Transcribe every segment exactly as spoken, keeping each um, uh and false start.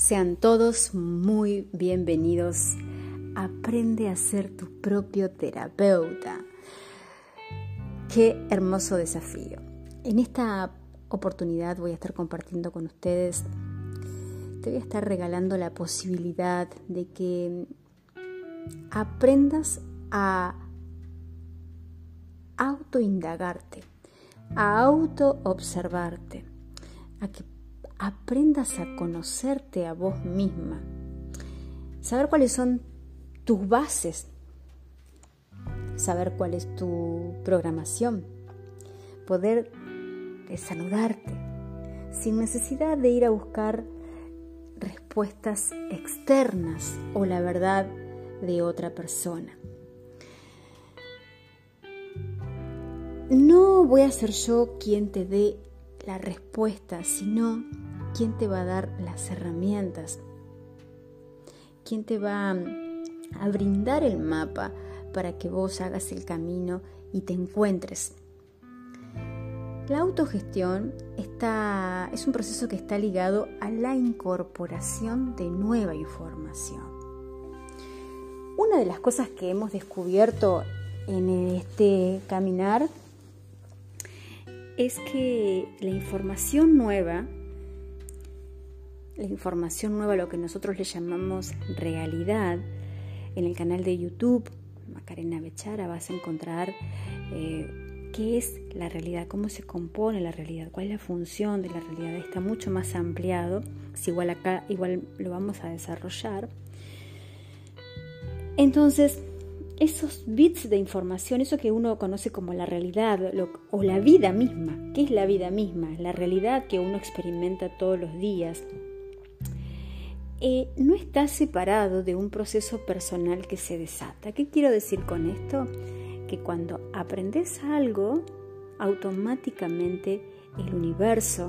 Sean todos muy bienvenidos. Aprende a ser tu propio terapeuta. Qué hermoso desafío. En esta oportunidad voy a estar compartiendo con ustedes, te voy a estar regalando la posibilidad de que aprendas a autoindagarte, a autoobservarte, a que aprendas a conocerte a vos misma, saber cuáles son tus bases, saber cuál es tu programación, poder saludarte sin necesidad de ir a buscar respuestas externas o la verdad de otra persona. No voy a ser yo quien te dé la respuesta, sino quien te va a dar las herramientas, quien te va a brindar el mapa para que vos hagas el camino y te encuentres. La autogestión está, es un proceso que está ligado a la incorporación de nueva información. Una de las cosas que hemos descubierto en este caminar es que la información nueva, la información nueva, lo que nosotros le llamamos realidad, en el canal de YouTube, Macarena Bechara, vas a encontrar eh, qué es la realidad, cómo se compone la realidad, cuál es la función de la realidad. Está mucho más ampliado, si igual acá igual lo vamos a desarrollar. Entonces, esos bits de información, eso que uno conoce como la realidad lo, o la vida misma, ¿qué es la vida misma? La realidad que uno experimenta todos los días, eh, no está separado de un proceso personal que se desata. ¿Qué quiero decir con esto? Que cuando aprendes algo, automáticamente el universo,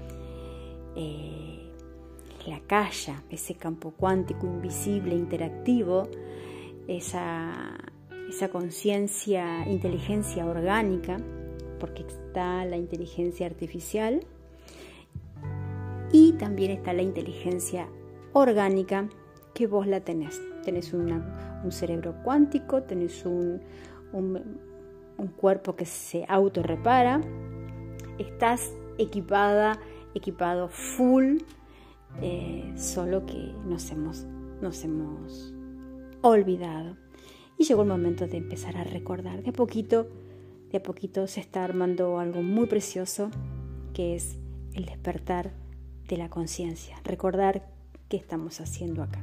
eh, la calla, ese campo cuántico invisible, interactivo, esa, esa conciencia, inteligencia orgánica, porque está la inteligencia artificial y también está la inteligencia orgánica que vos la tenés. Tenés una, un cerebro cuántico, tenés un, un, un cuerpo que se autorrepara, estás equipada, equipado full, eh, solo que nos hemos, nos hemos olvidado. Y llegó el momento de empezar a recordar. De a poquito, de a poquito se está armando algo muy precioso, que es el despertar de la conciencia. Recordar qué estamos haciendo acá.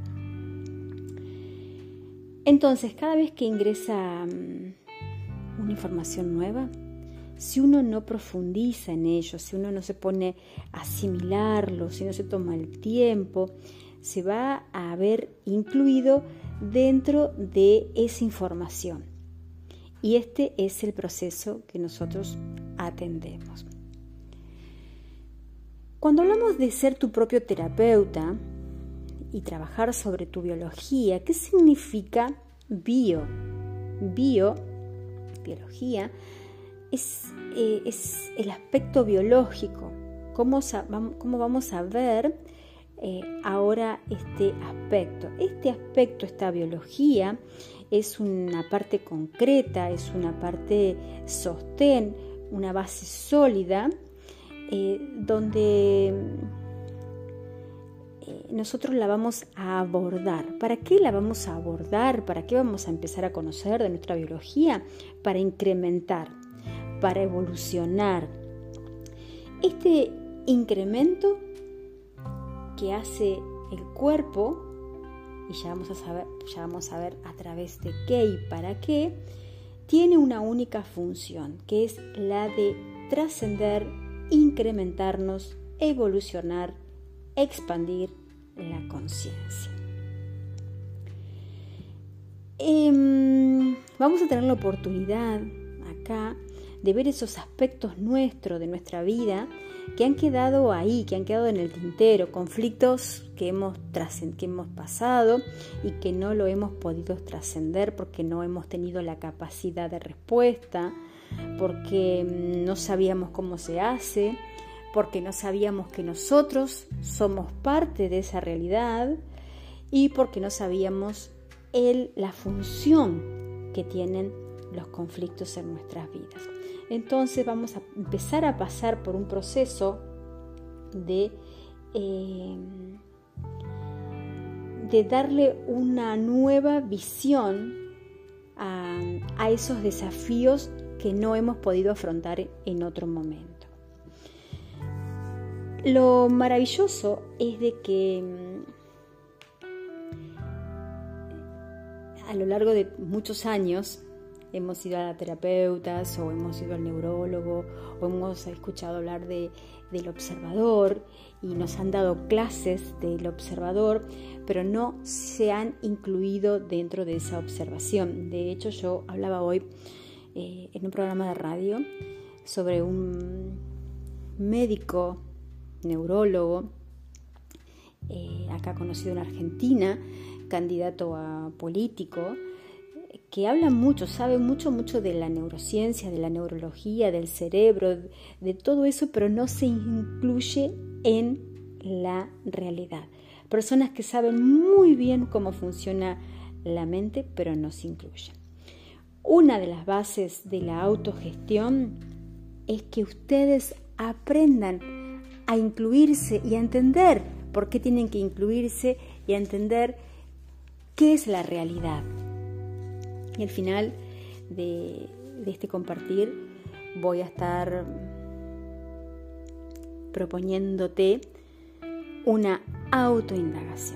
Entonces, cada vez que ingresa um, una información nueva, si uno no profundiza en ello, si uno no se pone a asimilarlo, si no se toma el tiempo, se va a ver incluido dentro de esa información. Y este es el proceso que nosotros atendemos. Cuando hablamos de ser tu propio terapeuta y trabajar sobre tu biología, ¿qué significa bio? Bio, biología, es, eh, es el aspecto biológico. ¿Cómo, cómo vamos a ver Eh, ahora este aspecto. Este aspecto, esta biología, es una parte concreta, es una parte sostén, una base sólida, eh, donde eh, nosotros la vamos a abordar. ¿Para qué la vamos a abordar? ¿Para qué vamos a empezar a conocer de nuestra biología? Para incrementar, para evolucionar. Este incremento que hace el cuerpo, y ya vamos a saber, ya vamos a ver a través de qué y para qué, tiene una única función, que es la de trascender, incrementarnos, evolucionar, expandir la conciencia. Eh, vamos a tener la oportunidad acá de ver esos aspectos nuestros de nuestra vida que han quedado ahí, que han quedado en el tintero, conflictos que hemos, trascend- que hemos pasado y que no lo hemos podido trascender porque no hemos tenido la capacidad de respuesta, porque no sabíamos cómo se hace, porque no sabíamos que nosotros somos parte de esa realidad y porque no sabíamos el, la función que tienen los conflictos en nuestras vidas. Entonces vamos a empezar a pasar por un proceso de, eh, de darle una nueva visión a, a esos desafíos que no hemos podido afrontar en otro momento. Lo maravilloso es de que a lo largo de muchos años hemos ido a terapeutas o hemos ido al neurólogo o hemos escuchado hablar de, del observador y nos han dado clases del observador, pero no se han incluido dentro de esa observación. De hecho, yo hablaba hoy eh, en un programa de radio sobre un médico neurólogo, eh, acá conocido en Argentina, candidato a político, que habla mucho, sabe mucho, mucho de la neurociencia, de la neurología, del cerebro, de todo eso, pero no se incluye en la realidad. Personas que saben muy bien cómo funciona la mente, pero no se incluyen. Una de las bases de la autogestión es que ustedes aprendan a incluirse y a entender por qué tienen que incluirse y a entender qué es la realidad. Y al final de, de este compartir voy a estar proponiéndote una autoindagación,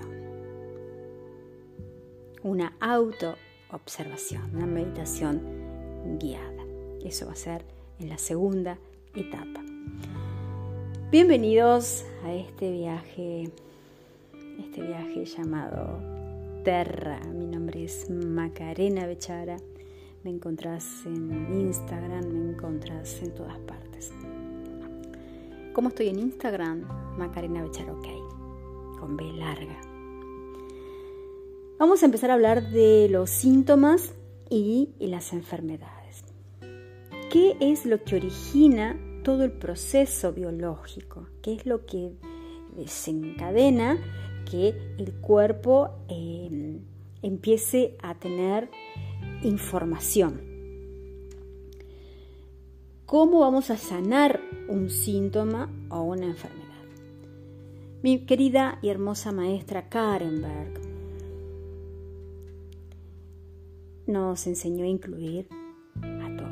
una autoobservación, una meditación guiada. Eso va a ser en la segunda etapa. Bienvenidos a este viaje, este viaje llamado Terra. Mi nombre es Macarena Bechara. Me encontrás en Instagram, me encontrás en todas partes. ¿Cómo estoy en Instagram? Macarena Bechara, ok, con B larga. Vamos a empezar a hablar de los síntomas y, y las enfermedades. ¿Qué es lo que origina todo el proceso biológico? ¿Qué es lo que desencadena que el cuerpo eh, empiece a tener información? ¿Cómo vamos a sanar un síntoma o una enfermedad? Mi querida y hermosa maestra Karen Berg nos enseñó a incluir a todo.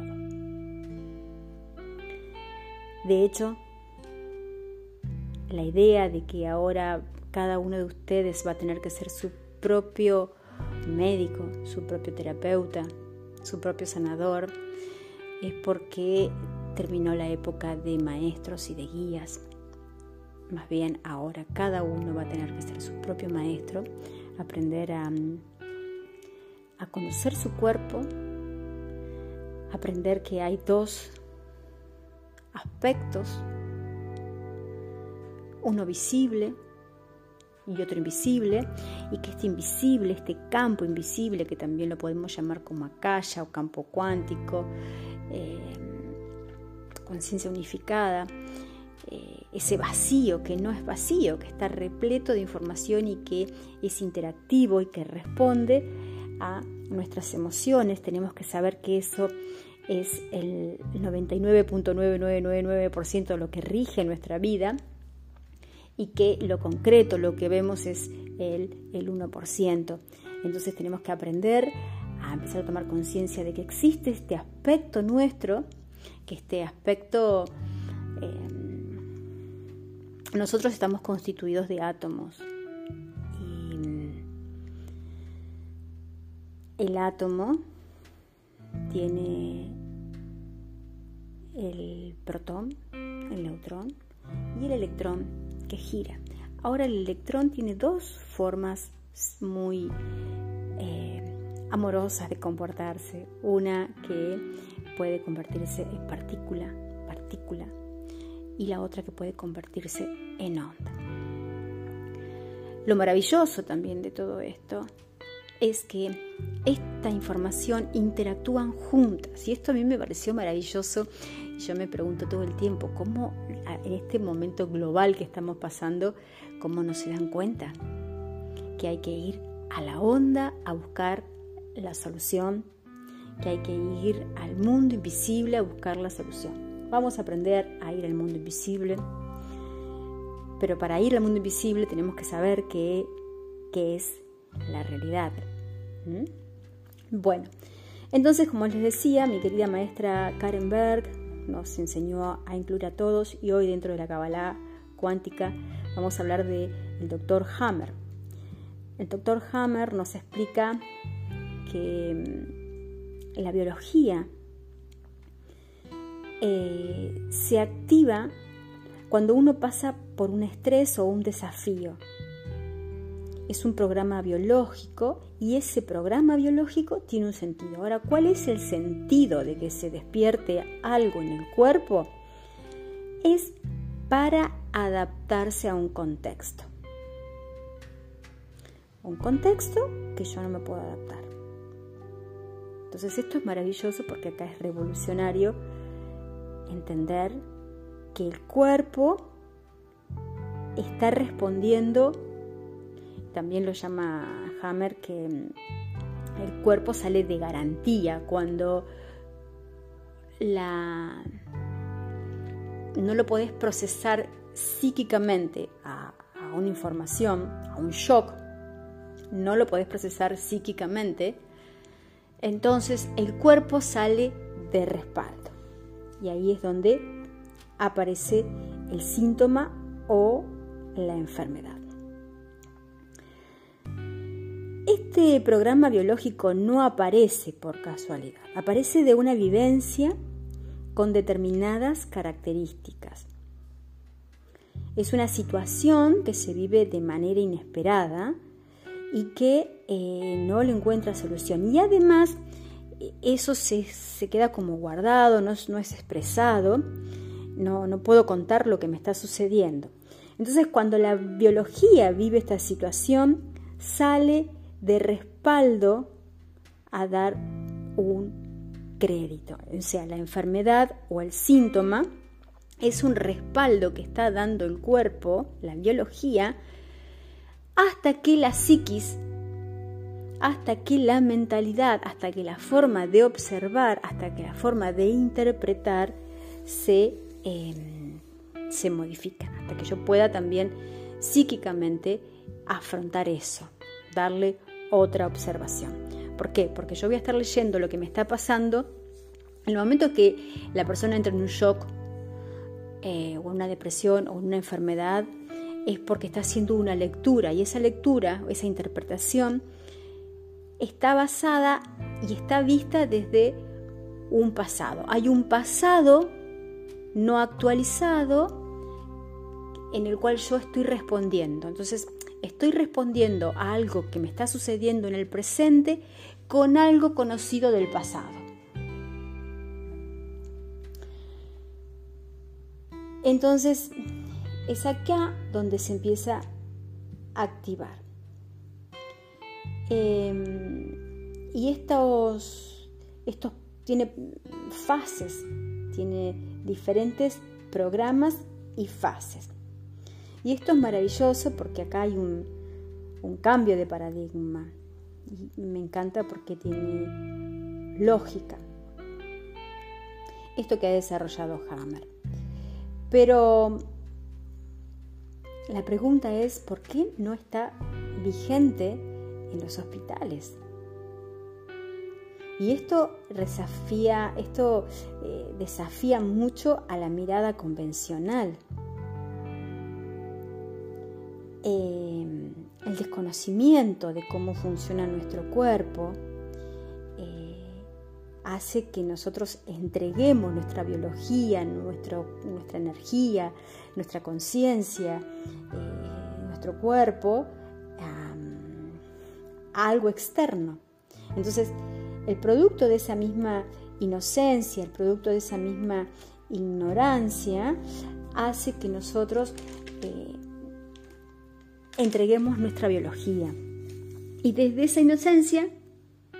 De hecho, la idea de que ahora cada uno de ustedes va a tener que ser su propio médico, su propio terapeuta, su propio sanador, es porque terminó la época de maestros y de guías. Más bien ahora cada uno va a tener que ser su propio maestro, aprender a, a conocer su cuerpo, aprender que hay dos aspectos, uno visible y otro invisible, y que este invisible, este campo invisible, que también lo podemos llamar como akasha o campo cuántico, eh, conciencia unificada, eh, ese vacío que no es vacío, que está repleto de información y que es interactivo y que responde a nuestras emociones. Tenemos que saber que eso es el noventa y nueve punto nueve nueve nueve nueve por ciento de lo que rige nuestra vida, y que lo concreto, lo que vemos, es el, el uno por ciento. Entonces tenemos que aprender a empezar a tomar conciencia de que existe este aspecto nuestro, que este aspecto, eh, nosotros estamos constituidos de átomos, y el átomo tiene el protón, el neutrón y el electrón que gira. Ahora el electrón tiene dos formas muy eh, amorosas de comportarse. Una que puede convertirse en partícula, partícula, y la otra que puede convertirse en onda. Lo maravilloso también de todo esto es que esta información interactúan juntas. Y esto a mí me pareció maravilloso. Yo me pregunto todo el tiempo, ¿cómo en este momento global que estamos pasando, cómo no se dan cuenta que hay que ir a la onda a buscar la solución, que hay que ir al mundo invisible a buscar la solución? Vamos a aprender a ir al mundo invisible, pero para ir al mundo invisible tenemos que saber qué, qué es la realidad. ¿Mm? Bueno, entonces, como les decía, mi querida maestra Karen Berg nos enseñó a incluir a todos, y hoy dentro de la Kabbalah cuántica vamos a hablar del doctor Hammer. El doctor Hammer nos explica que la biología eh, se activa cuando uno pasa por un estrés o un desafío. Es un programa biológico y ese programa biológico tiene un sentido. Ahora, ¿cuál es el sentido de que se despierte algo en el cuerpo? Es para adaptarse a un contexto. Un contexto que yo no me puedo adaptar. Entonces esto es maravilloso porque acá es revolucionario entender que el cuerpo está respondiendo. También lo llama Hammer que el cuerpo sale de garantía cuando la, no lo podés procesar psíquicamente a, a una información, a un shock, no lo podés procesar psíquicamente, entonces el cuerpo sale de respaldo. Y ahí es donde aparece el síntoma o la enfermedad. Este programa biológico no aparece por casualidad, aparece de una vivencia con determinadas características. Es una situación que se vive de manera inesperada y que eh, no le encuentra solución. Y además eso se, se queda como guardado, no, no es expresado, no, no puedo contar lo que me está sucediendo. Entonces, cuando la biología vive esta situación, sale de respaldo a dar un crédito. O sea, la enfermedad o el síntoma es un respaldo que está dando el cuerpo, la biología, hasta que la psiquis, hasta que la mentalidad, hasta que la forma de observar, hasta que la forma de interpretar se, eh, se modifica, hasta que yo pueda también psíquicamente afrontar eso, darle otra observación. ¿Por qué? Porque yo voy a estar leyendo lo que me está pasando. En el momento que la persona entra en un shock eh, o en una depresión o en una enfermedad, es porque está haciendo una lectura, y esa lectura, esa interpretación, está basada y está vista desde un pasado. Hay un pasado no actualizado en el cual yo estoy respondiendo. Entonces, estoy respondiendo a algo que me está sucediendo en el presente con algo conocido del pasado. Entonces, es acá donde se empieza a activar. Eh, y estos, estos tiene fases, tiene diferentes programas y fases. Y esto es maravilloso porque acá hay un, un cambio de paradigma. Y me encanta porque tiene lógica. Esto que ha desarrollado Hammer. Pero la pregunta es, ¿por qué no está vigente en los hospitales? Y esto desafía, esto, eh, desafía mucho a la mirada convencional. Eh, el desconocimiento de cómo funciona nuestro cuerpo eh, hace que nosotros entreguemos nuestra biología, nuestro, nuestra energía, nuestra conciencia, eh, nuestro cuerpo a, a algo externo. Entonces, el producto de esa misma inocencia, el producto de esa misma ignorancia, hace que nosotros eh, entreguemos nuestra biología. Y desde esa inocencia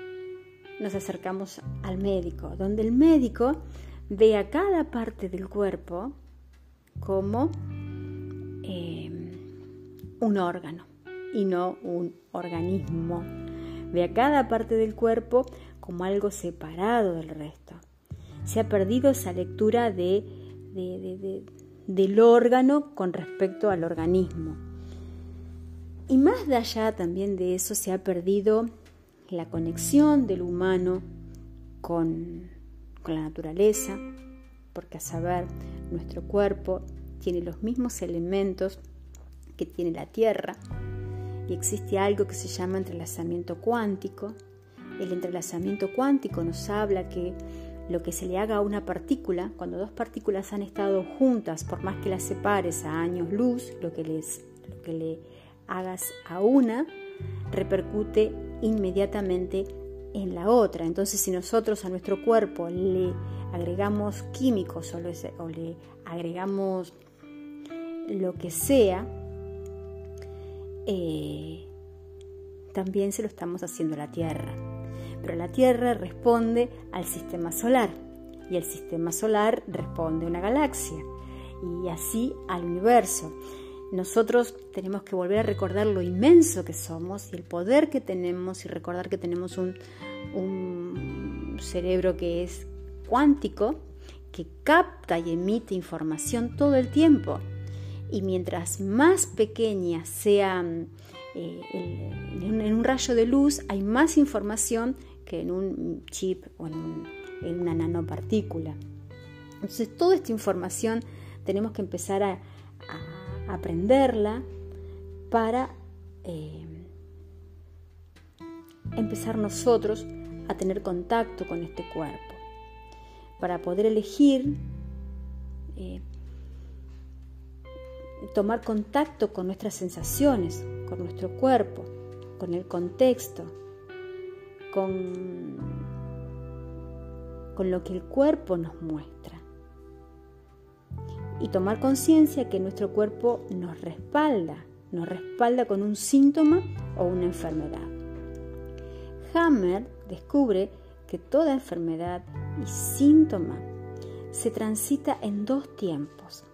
nos acercamos al médico, donde el médico ve a cada parte del cuerpo como eh, un órgano y no un organismo. Ve a cada parte del cuerpo como algo separado del resto. Se ha perdido esa lectura de, de, de, de, del órgano con respecto al organismo. Y más de allá también de eso se ha perdido la conexión del humano con, con la naturaleza, porque a saber, nuestro cuerpo tiene los mismos elementos que tiene la Tierra y existe algo que se llama entrelazamiento cuántico. El entrelazamiento cuántico nos habla que lo que se le haga a una partícula, cuando dos partículas han estado juntas, por más que las separes a años luz, lo que, les, lo que le hagas a una repercute inmediatamente en la otra. Entonces, si nosotros a nuestro cuerpo le agregamos químicos o le, o le agregamos lo que sea, eh, también se lo estamos haciendo a la Tierra. Pero la Tierra responde al sistema solar y el sistema solar responde a una galaxia y así al universo. Nosotros tenemos que volver a recordar lo inmenso que somos y el poder que tenemos y recordar que tenemos un, un cerebro que es cuántico, que capta y emite información todo el tiempo. Y mientras más pequeña sea eh, el, en, un, en un rayo de luz, hay más información que en un chip o en, un, en una nanopartícula. Entonces, toda esta información tenemos que empezar a, a aprenderla para eh, empezar nosotros a tener contacto con este cuerpo, para poder elegir eh, tomar contacto con nuestras sensaciones, con nuestro cuerpo, con el contexto, con, con lo que el cuerpo nos muestra. Y tomar conciencia que nuestro cuerpo nos respalda, nos respalda con un síntoma o una enfermedad. Hammer descubre que toda enfermedad y síntoma se transita en dos tiempos.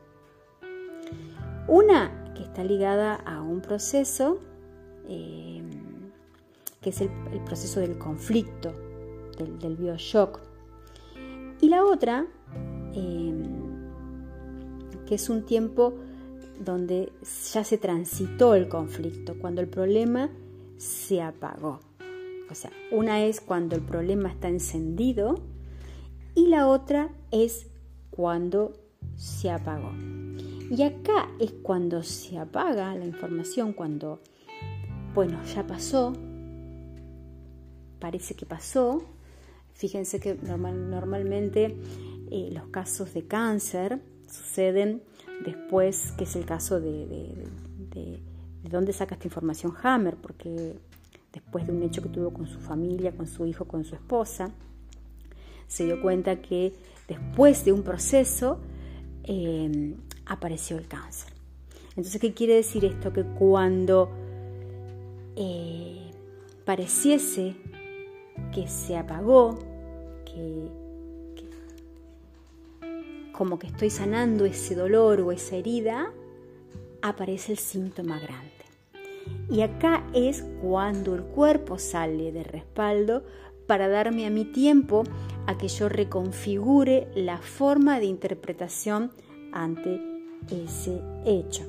Una que está ligada a un proceso eh, que es el, el proceso del conflicto, del, del bioshock. Y la otra eh, que es un tiempo donde ya se transitó el conflicto, cuando el problema se apagó. O sea, una es cuando el problema está encendido y la otra es cuando se apagó. Y acá es cuando se apaga la información, cuando, bueno, ya pasó, parece que pasó. Fíjense que normal, normalmente eh, los casos de cáncer suceden después, que es el caso de, de, de, de dónde saca esta información Hammer, porque después de un hecho que tuvo con su familia, con su hijo, con su esposa, se dio cuenta que después de un proceso eh, apareció el cáncer. Entonces, ¿qué quiere decir esto? Que cuando eh, pareciese que se apagó, que, que como que estoy sanando ese dolor o esa herida, aparece el síntoma grande. Y acá es cuando el cuerpo sale de respaldo para darme a mi tiempo a que yo reconfigure la forma de interpretación ante ese hecho.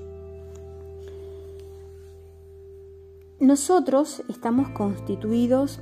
Nosotros estamos constituidos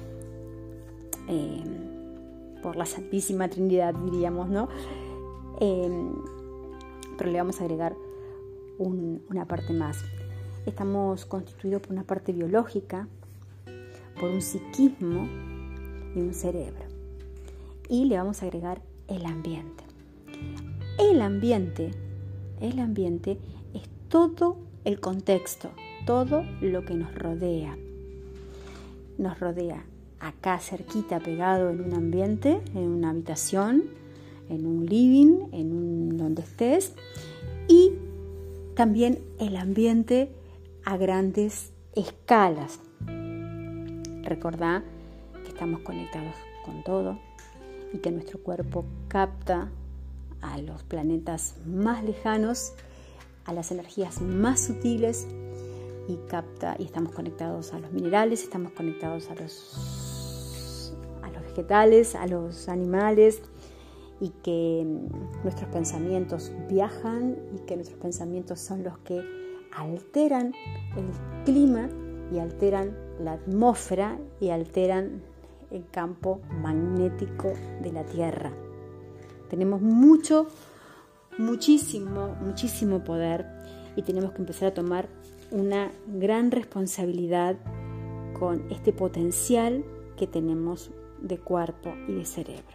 eh, por la Santísima Trinidad, diríamos, ¿no? Eh, pero le vamos a agregar un, una parte más. Estamos constituidos por una parte biológica, por un psiquismo y un cerebro. Y le vamos a agregar el ambiente. El ambiente, el ambiente es todo el contexto, todo lo que nos rodea. Nos rodea acá cerquita, pegado en un ambiente, en una habitación, en un living, en un donde estés, y también el ambiente a grandes escalas. Recordá que estamos conectados con todo y que nuestro cuerpo capta a los planetas más lejanos, a las energías más sutiles y capta y estamos conectados a los minerales, estamos conectados a los, a los vegetales, a los animales, y que nuestros pensamientos viajan y que nuestros pensamientos son los que alteran el clima y alteran la atmósfera y alteran el campo magnético de la Tierra. Tenemos mucho, muchísimo, muchísimo poder y tenemos que empezar a tomar una gran responsabilidad con este potencial que tenemos de cuerpo y de cerebro.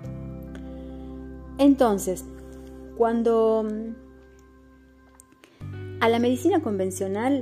Entonces, cuando a la medicina convencional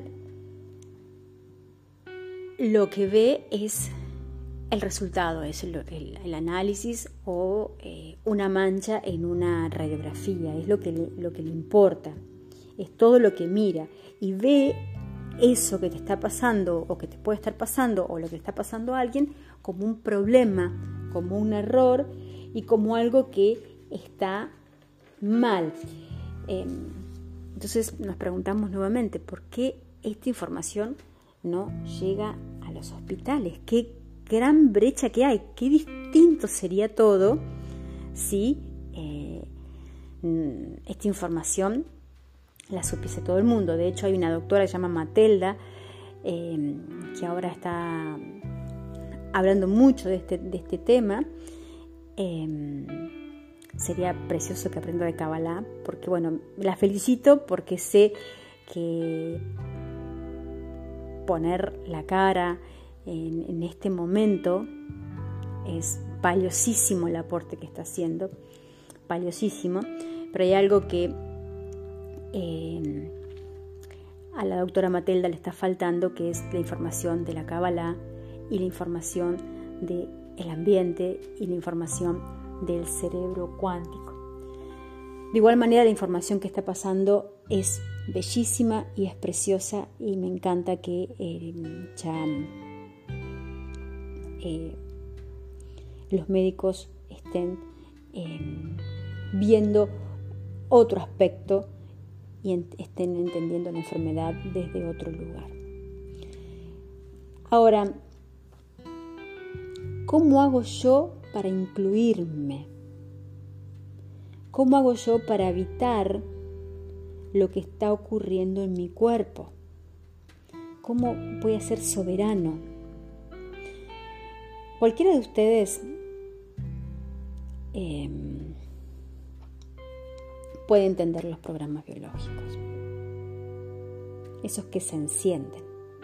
lo que ve es el resultado, es el, el, el análisis o eh, una mancha en una radiografía, es lo que, le, lo que le importa, es todo lo que mira y ve eso que te está pasando o que te puede estar pasando o lo que le está pasando a alguien como un problema, como un error y como algo que está mal. Eh, entonces nos preguntamos nuevamente, ¿por qué esta información no llega a los hospitales? ¿Qué gran brecha que hay? ¿Qué distinto sería todo si eh, esta información la supiese todo el mundo? De hecho, hay una doctora que se llama Matelda, eh, que ahora está hablando mucho de este, de este tema. Eh, Sería precioso que aprenda de Kabbalah, porque bueno, la felicito porque sé que poner la cara en, en este momento es valiosísimo el aporte que está haciendo, valiosísimo, pero hay algo que eh, a la doctora Matelda le está faltando, que es la información de la Kabbalah y la información del ambiente y la información del cerebro cuántico. De igual manera, la información que está pasando es bellísima y es preciosa y me encanta que eh, ya eh, los médicos estén eh, viendo otro aspecto y en, estén entendiendo la enfermedad desde otro lugar. Ahora, ¿cómo hago yo para incluirme? ¿Cómo hago yo para evitar lo que está ocurriendo en mi cuerpo? ¿Cómo voy a ser soberano? Cualquiera de ustedes eh, puede entender los programas biológicos, esos que se encienden.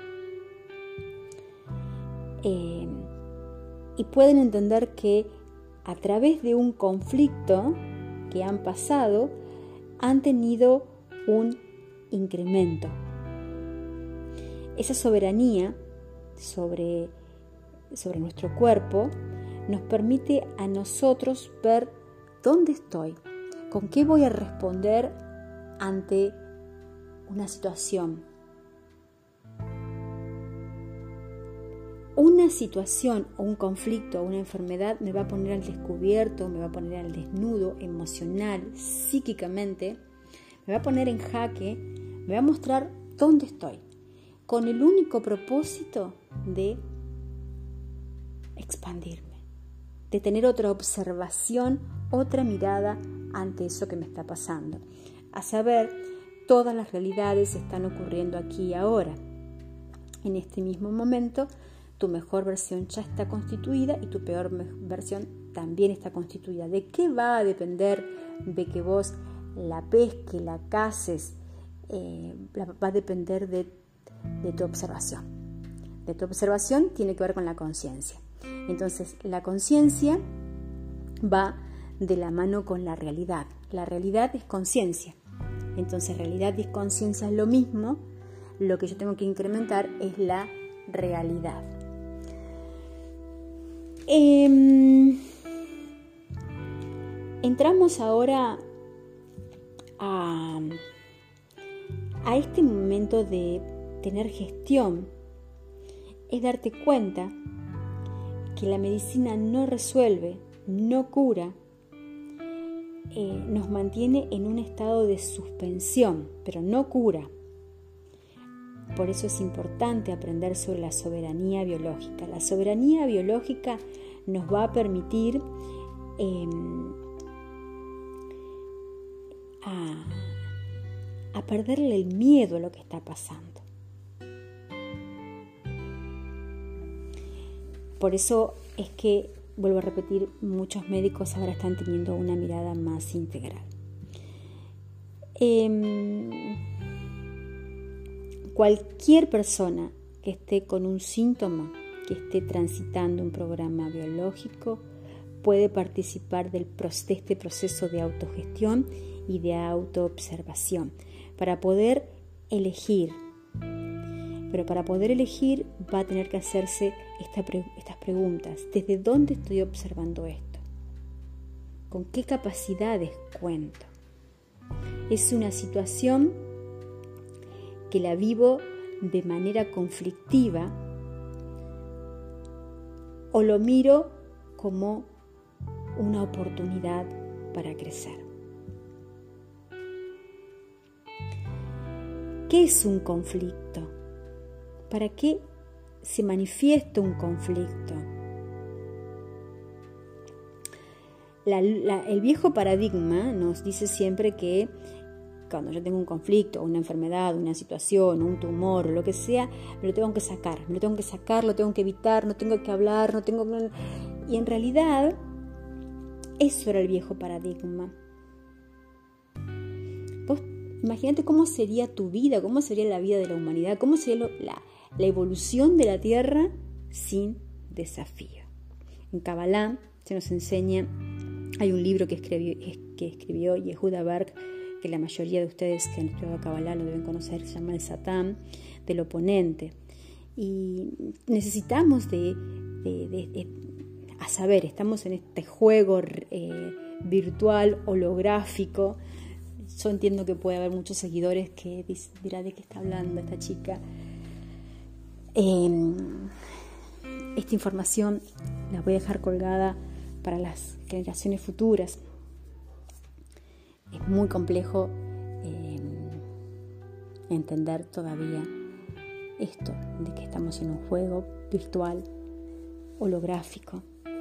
Eh, Y pueden entender que a través de un conflicto que han pasado, han tenido un incremento. Esa soberanía sobre, sobre nuestro cuerpo nos permite a nosotros ver dónde estoy, con qué voy a responder ante una situación. Una situación o un conflicto o una enfermedad me va a poner al descubierto, me va a poner al desnudo emocional, psíquicamente, me va a poner en jaque, me va a mostrar dónde estoy, con el único propósito de expandirme, de tener otra observación, otra mirada ante eso que me está pasando. A saber, todas las realidades están ocurriendo aquí y ahora. En este mismo momento, tu mejor versión ya está constituida y tu peor versión también está constituida. ¿De qué va a depender de que vos la pesques, la cases? Eh, va a depender de, de tu observación. De tu observación tiene que ver con la conciencia. Entonces, la conciencia va de la mano con la realidad. La realidad es conciencia. Entonces, realidad y conciencia es lo mismo. Lo que yo tengo que incrementar es la realidad. Eh, entramos ahora a, a este momento de tener gestión. Es darte cuenta que la medicina no resuelve, no cura, eh, nos mantiene en un estado de suspensión, pero no cura. Por eso es importante aprender sobre la soberanía biológica. La soberanía biológica nos va a permitir eh, a, a perderle el miedo a lo que está pasando. Por eso es que, vuelvo a repetir, muchos médicos ahora están teniendo una mirada más integral. Eh, cualquier persona que esté con un síntoma, que esté transitando un programa biológico, puede participar del, de este proceso de autogestión y de autoobservación para poder elegir. Pero para poder elegir va a tener que hacerse esta pre- estas preguntas. ¿Desde dónde estoy observando esto? ¿Con qué capacidades cuento? ¿Es una situación que la vivo de manera conflictiva o lo miro como una oportunidad para crecer? ¿Qué es un conflicto? ¿Para qué se manifiesta un conflicto? La, la, el viejo paradigma nos dice siempre que cuando yo tengo un conflicto, una enfermedad, una situación, un tumor, lo que sea, me lo tengo que sacar, me lo tengo que sacar, lo tengo que evitar, no tengo que hablar, no tengo que... Y en realidad, eso era el viejo paradigma. Vos imagínate cómo sería tu vida, cómo sería la vida de la humanidad, cómo sería lo, la, la evolución de la Tierra sin desafío. En Kabbalah se nos enseña, hay un libro que escribió, que escribió Yehuda Berg, que la mayoría de ustedes que han estudiado Kabbalah lo deben conocer, se llama el Satán del oponente. Y necesitamos de, de, de, de a saber, estamos en este juego eh, virtual, holográfico. Yo entiendo que puede haber muchos seguidores que dirán de qué está hablando esta chica. Eh, esta información la voy a dejar colgada para las generaciones futuras. Es muy complejo eh, entender todavía esto de que estamos en un juego virtual, holográfico,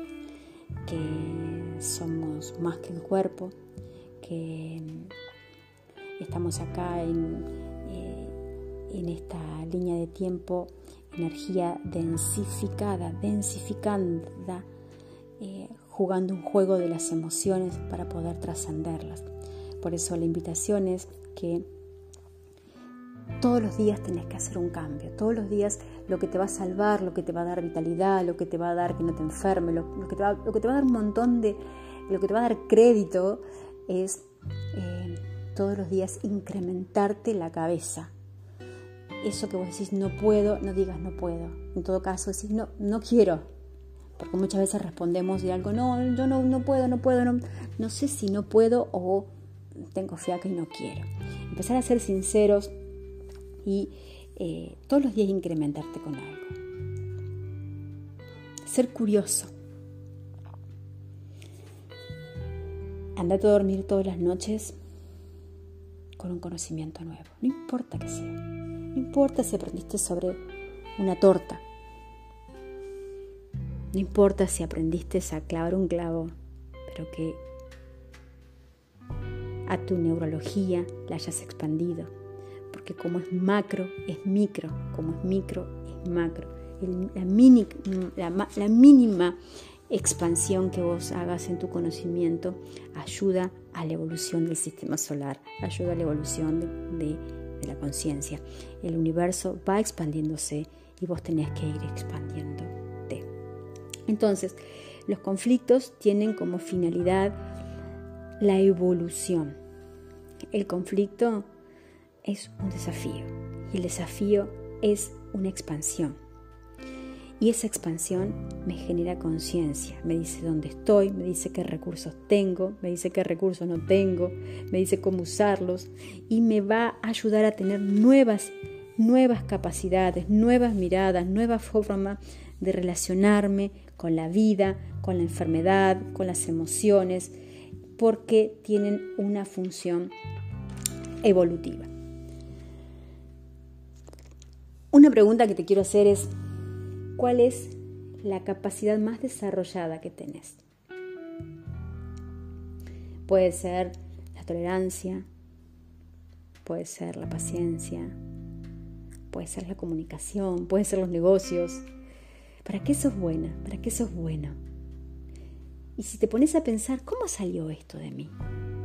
que somos más que un cuerpo, que estamos acá en, eh, en esta línea de tiempo, energía densificada, densificada, eh, jugando un juego de las emociones para poder trascenderlas. Por eso la invitación es que todos los días tenés que hacer un cambio. Todos los días lo que te va a salvar, lo que te va a dar vitalidad, lo que te va a dar que no te enferme, lo, lo, que, te va, lo que te va a dar un montón de... Lo que te va a dar crédito es eh, todos los días incrementarte la cabeza. Eso que vos decís no puedo, no digas no puedo. En todo caso decís no, no quiero. Porque muchas veces respondemos de algo, no, yo no, no puedo, no puedo, no, no sé si no puedo o tengo fiaca y no quiero. Empezar a ser sinceros y eh, todos los días incrementarte con algo. Ser curioso. Andate a dormir todas las noches con un conocimiento nuevo. No importa que sea. No importa si aprendiste sobre una torta. No importa si aprendiste a clavar un clavo, pero que a tu neurología la hayas expandido. Porque como es macro, es micro. Como es micro, es macro. El, la, mini, la, la mínima expansión que vos hagas en tu conocimiento ayuda a la evolución del sistema solar, ayuda a la evolución de, de, de la conciencia. El universo va expandiéndose y vos tenés que ir expandiéndote. Entonces, los conflictos tienen como finalidad la evolución. El conflicto es un desafío y el desafío es una expansión. Y esa expansión me genera conciencia, me dice dónde estoy, me dice qué recursos tengo, me dice qué recursos no tengo, me dice cómo usarlos y me va a ayudar a tener nuevas, nuevas capacidades, nuevas miradas, nuevas formas de relacionarme con la vida, con la enfermedad, con las emociones, porque tienen una función evolutiva. Una pregunta que te quiero hacer es, ¿cuál es la capacidad más desarrollada que tenés? Puede ser la tolerancia, puede ser la paciencia, puede ser la comunicación, pueden ser los negocios. ¿Para qué sos buena? ¿Para qué sos bueno? Y si te pones a pensar, ¿cómo salió esto de mí?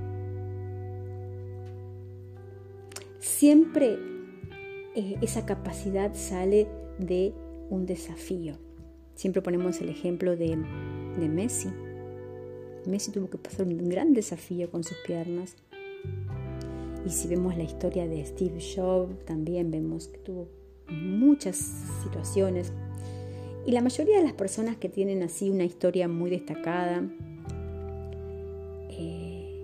Siempre eh, esa capacidad sale de un desafío. Siempre ponemos el ejemplo de, de Messi. Messi tuvo que pasar un gran desafío con sus piernas. Y si vemos la historia de Steve Jobs, también vemos que tuvo muchas situaciones. Y la mayoría de las personas que tienen así una historia muy destacada eh,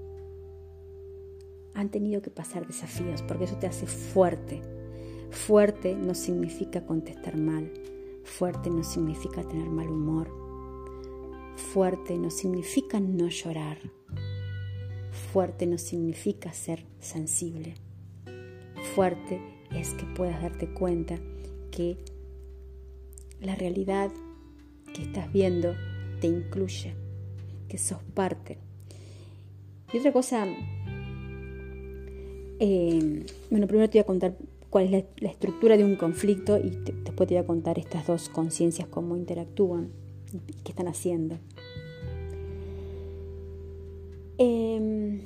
han tenido que pasar desafíos, porque eso te hace fuerte. Fuerte no significa contestar mal. Fuerte no significa tener mal humor. Fuerte no significa no llorar. Fuerte no significa ser sensible. Fuerte es que puedas darte cuenta que la realidad que estás viendo te incluye, que sos parte. Y otra cosa, eh, bueno, primero te voy a contar cuál es la, la estructura de un conflicto y te, después te voy a contar estas dos conciencias, cómo interactúan y qué están haciendo. Eh,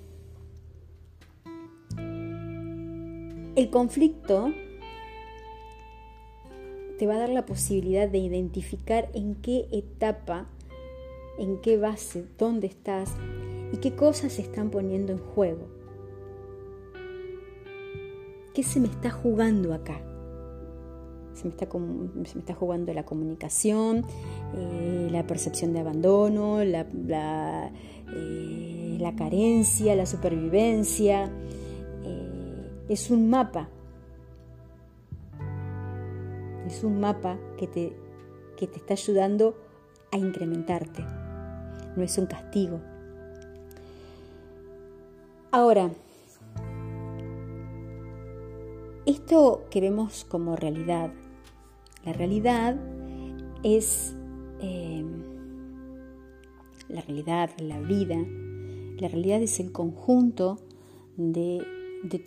el conflicto te va a dar la posibilidad de identificar en qué etapa, en qué base, dónde estás y qué cosas se están poniendo en juego. ¿Qué se me está jugando acá? Se me está, se me está jugando la comunicación, eh, la percepción de abandono, la, la, eh, la carencia, la supervivencia. Eh, es un mapa. Es un mapa que te, que te está ayudando a incrementarte. No es un castigo. Ahora, esto que vemos como realidad, la realidad es eh, la realidad, la vida. La realidad es el conjunto de, de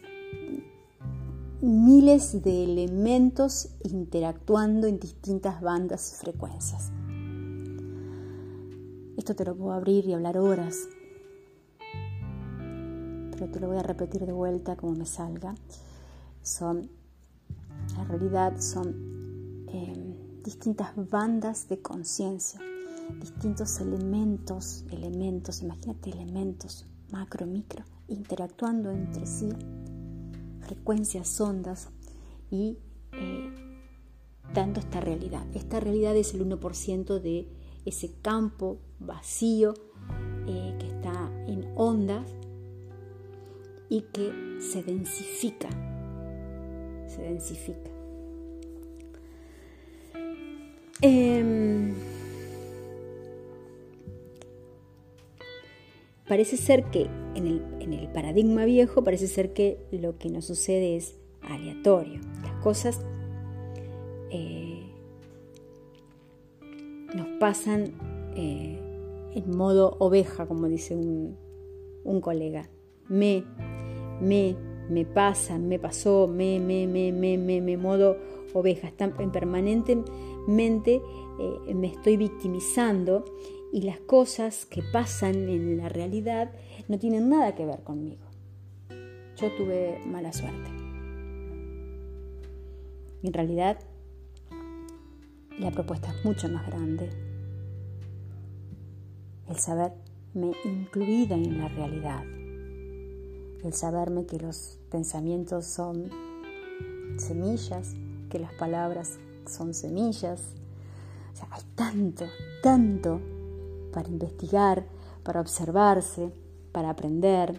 miles de elementos interactuando en distintas bandas y frecuencias. Esto te lo puedo abrir y hablar horas, pero te lo voy a repetir de vuelta como me salga. Son, la realidad son eh, distintas bandas de conciencia, distintos elementos, elementos, imagínate elementos macro, micro, interactuando entre sí, frecuencias, ondas y eh, dando esta realidad. Esta realidad es el uno por ciento de ese campo vacío eh, que está en ondas y que se densifica. Se densifica. Eh, parece ser que en el, en el paradigma viejo, parece ser que lo que nos sucede es aleatorio. Las cosas eh, nos pasan eh, en modo oveja, como dice un, un colega. Me, me, me pasa, me pasó, me, me, me, me, me, me, modo oveja. Están en permanentemente eh, me estoy victimizando y las cosas que pasan en la realidad no tienen nada que ver conmigo. Yo tuve mala suerte. En realidad, la propuesta es mucho más grande. El saberme incluida en la realidad. El saberme que los pensamientos son semillas, que las palabras son semillas. O sea, hay tanto, tanto para investigar, para observarse, para aprender.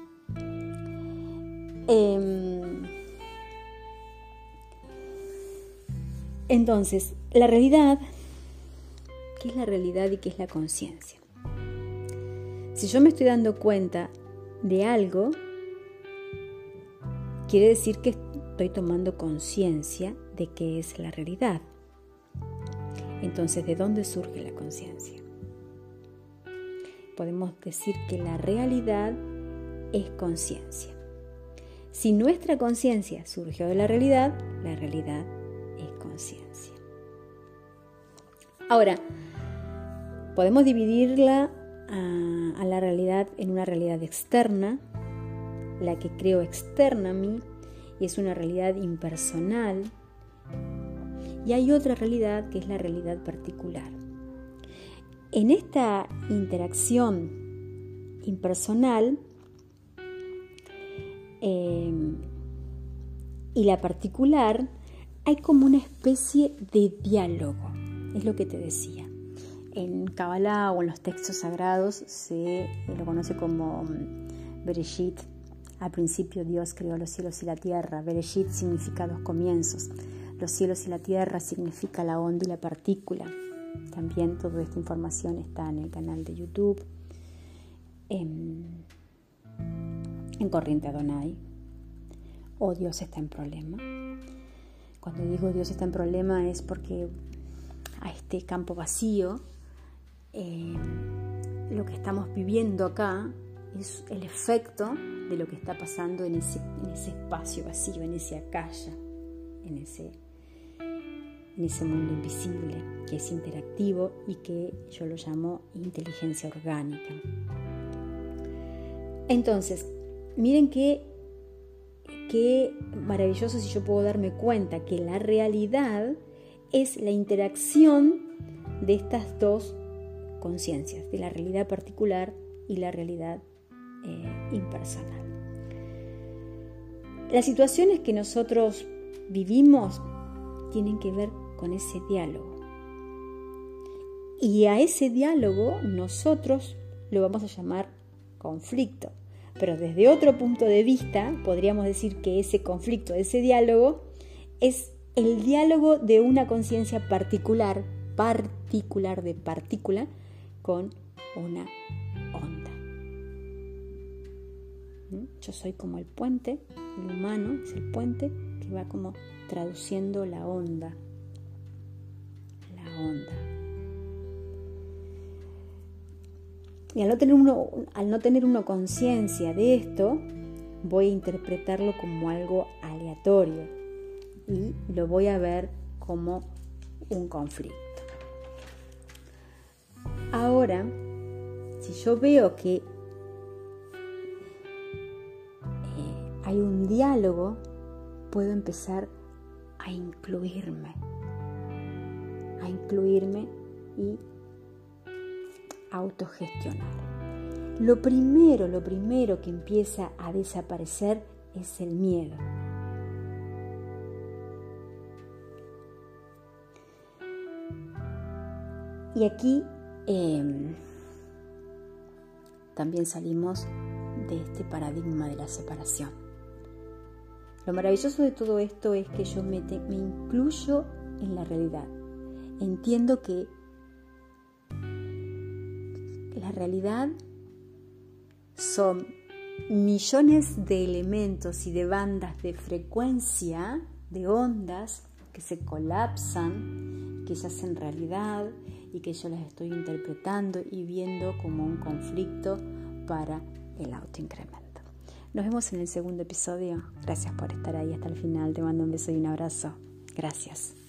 Eh, entonces, la realidad qué es la realidad y qué es la conciencia. Si yo me estoy dando cuenta de algo, quiere decir que estoy tomando conciencia de qué es la realidad. Entonces, ¿de dónde surge la conciencia? Podemos decir que la realidad es conciencia. Si nuestra conciencia surgió de la realidad, la realidad es conciencia. Ahora, podemos dividirla a, a la realidad en una realidad externa, la que creo externa a mí, y es una realidad impersonal, y hay otra realidad que es la realidad particular. En esta interacción impersonal eh, y la particular, hay como una especie de diálogo, es lo que te decía. En Kabbalah o en los textos sagrados se lo conoce como Bereshit. Al principio Dios creó los cielos y la tierra. Bereshit significa dos comienzos. Los cielos y la tierra significa la onda y la partícula. También toda esta información está en el canal de YouTube, en, en Corriente Adonai, o Dios está en problema. Cuando digo Dios está en problema es porque a este campo vacío, eh, lo que estamos viviendo acá es el efecto de lo que está pasando en ese, en ese espacio vacío, en ese acaya, en ese, en ese mundo invisible que es interactivo y que yo lo llamo inteligencia orgánica. Entonces, miren qué, qué maravilloso si yo puedo darme cuenta que la realidad es la interacción de estas dos conciencias, de la realidad particular y la realidad eh, impersonal. Las situaciones que nosotros vivimos tienen que ver con ese diálogo. Y a ese diálogo nosotros lo vamos a llamar conflicto. Pero desde otro punto de vista podríamos decir que ese conflicto, ese diálogo, es el diálogo de una conciencia particular, particular de partícula, con una onda. Yo soy como el puente, el humano es el puente que va como traduciendo la onda, la onda. Y al no tener uno, al no tener uno conciencia de esto, voy a interpretarlo como algo aleatorio y lo voy a ver como un conflicto. Ahora, si yo veo que eh, hay un diálogo, puedo empezar a incluirme, a incluirme y autogestionar. Lo primero, lo primero que empieza a desaparecer es el miedo. Y aquí eh, también salimos de este paradigma de la separación. Lo maravilloso de todo esto es que yo me, te, me incluyo en la realidad. Entiendo que la realidad son millones de elementos y de bandas de frecuencia, de ondas que se colapsan, que se hacen realidad y que yo las estoy interpretando y viendo como un conflicto para el autoincremento. Nos vemos en el segundo episodio. Gracias por estar ahí hasta el final. Te mando un beso y un abrazo. Gracias.